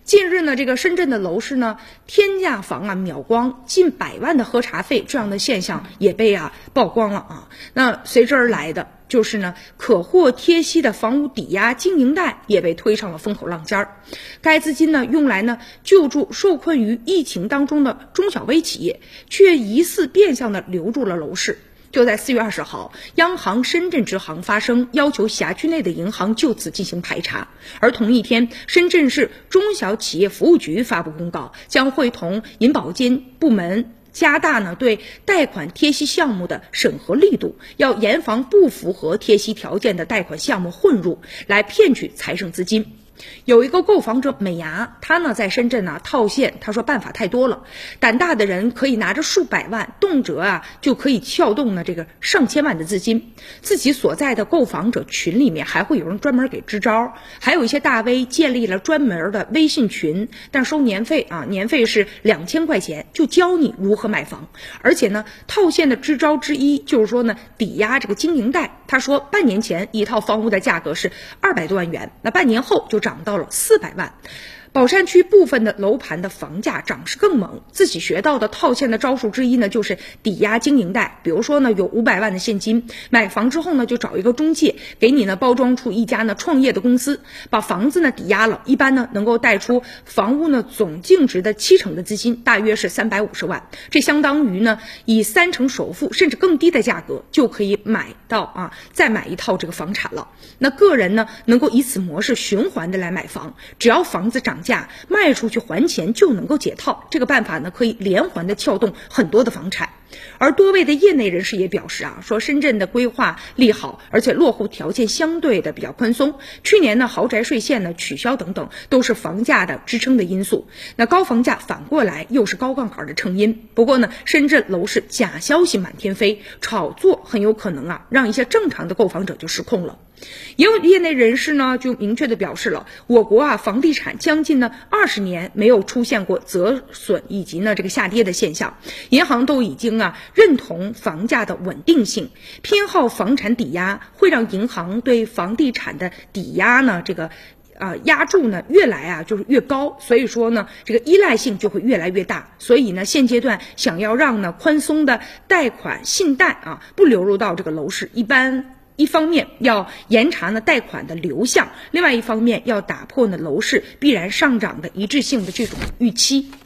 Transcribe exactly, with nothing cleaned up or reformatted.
近日呢，这个深圳的楼市呢，天价房啊秒光，近百万的喝茶费，这样的现象也被啊曝光了啊。那随之而来的就是呢，可获贴息的房屋抵押经营贷也被推上了风口浪尖儿。该资金呢，用来呢救助受困于疫情当中的中小微企业，却疑似变相的留住了楼市。就在四月二十号，央行深圳支行发声，要求辖区内的银行就此进行排查。而同一天，深圳市中小企业服务局发布公告，将会同银保监部门加大呢对贷款贴息项目的审核力度，要严防不符合贴息条件的贷款项目混入，来骗取财政资金。有一个购房者美牙，他呢在深圳呢套现，他说办法太多了，胆大的人可以拿着数百万，动辄啊就可以撬动呢这个上千万的资金。自己所在的购房者群里面还会有人专门给支招，还有一些大 V 建立了专门的微信群，但收年费啊，年费是两千块钱，就教你如何买房。而且呢，套现的支招之一就是说呢，抵押这个经营贷。他说半年前一套房屋的价格是二百多万元，那半年后就涨到了四百万。宝山区部分的楼盘的房价涨势更猛，自己学到的套现的招数之一呢，就是抵押经营贷。比如说呢，有五百万的现金，买房之后呢，就找一个中介，给你呢包装出一家呢创业的公司，把房子呢抵押了，一般呢能够贷出房屋呢总净值的七成的资金，大约是三百五十万。这相当于呢以三成首付甚至更低的价格就可以买到啊，再买一套这个房产了。那个人呢能够以此模式循环的来买房，只要房子涨价卖出去还钱就能够解套。这个办法呢可以连环的撬动很多的房产。而多位的业内人士也表示啊，说深圳的规划利好，而且落户条件相对的比较宽松，去年呢豪宅税线呢取消等等，都是房价的支撑的因素。那高房价反过来又是高杠杆的成因。不过呢，深圳楼市假消息满天飞，炒作很有可能啊让一些正常的购房者就失控了。也有业内人士呢就明确的表示了，我国啊房地产将近呢二十年没有出现过折损以及呢这个下跌的现象，银行都已经啊认同房价的稳定性，偏好房产抵押会让银行对房地产的抵押呢这个啊、呃，押注呢越来啊就是越高，所以说呢这个依赖性就会越来越大。所以呢现阶段想要让呢宽松的贷款信贷啊不流入到这个楼市，一般一方面要严查呢贷款的流向，另外一方面要打破呢楼市必然上涨的一致性的这种预期。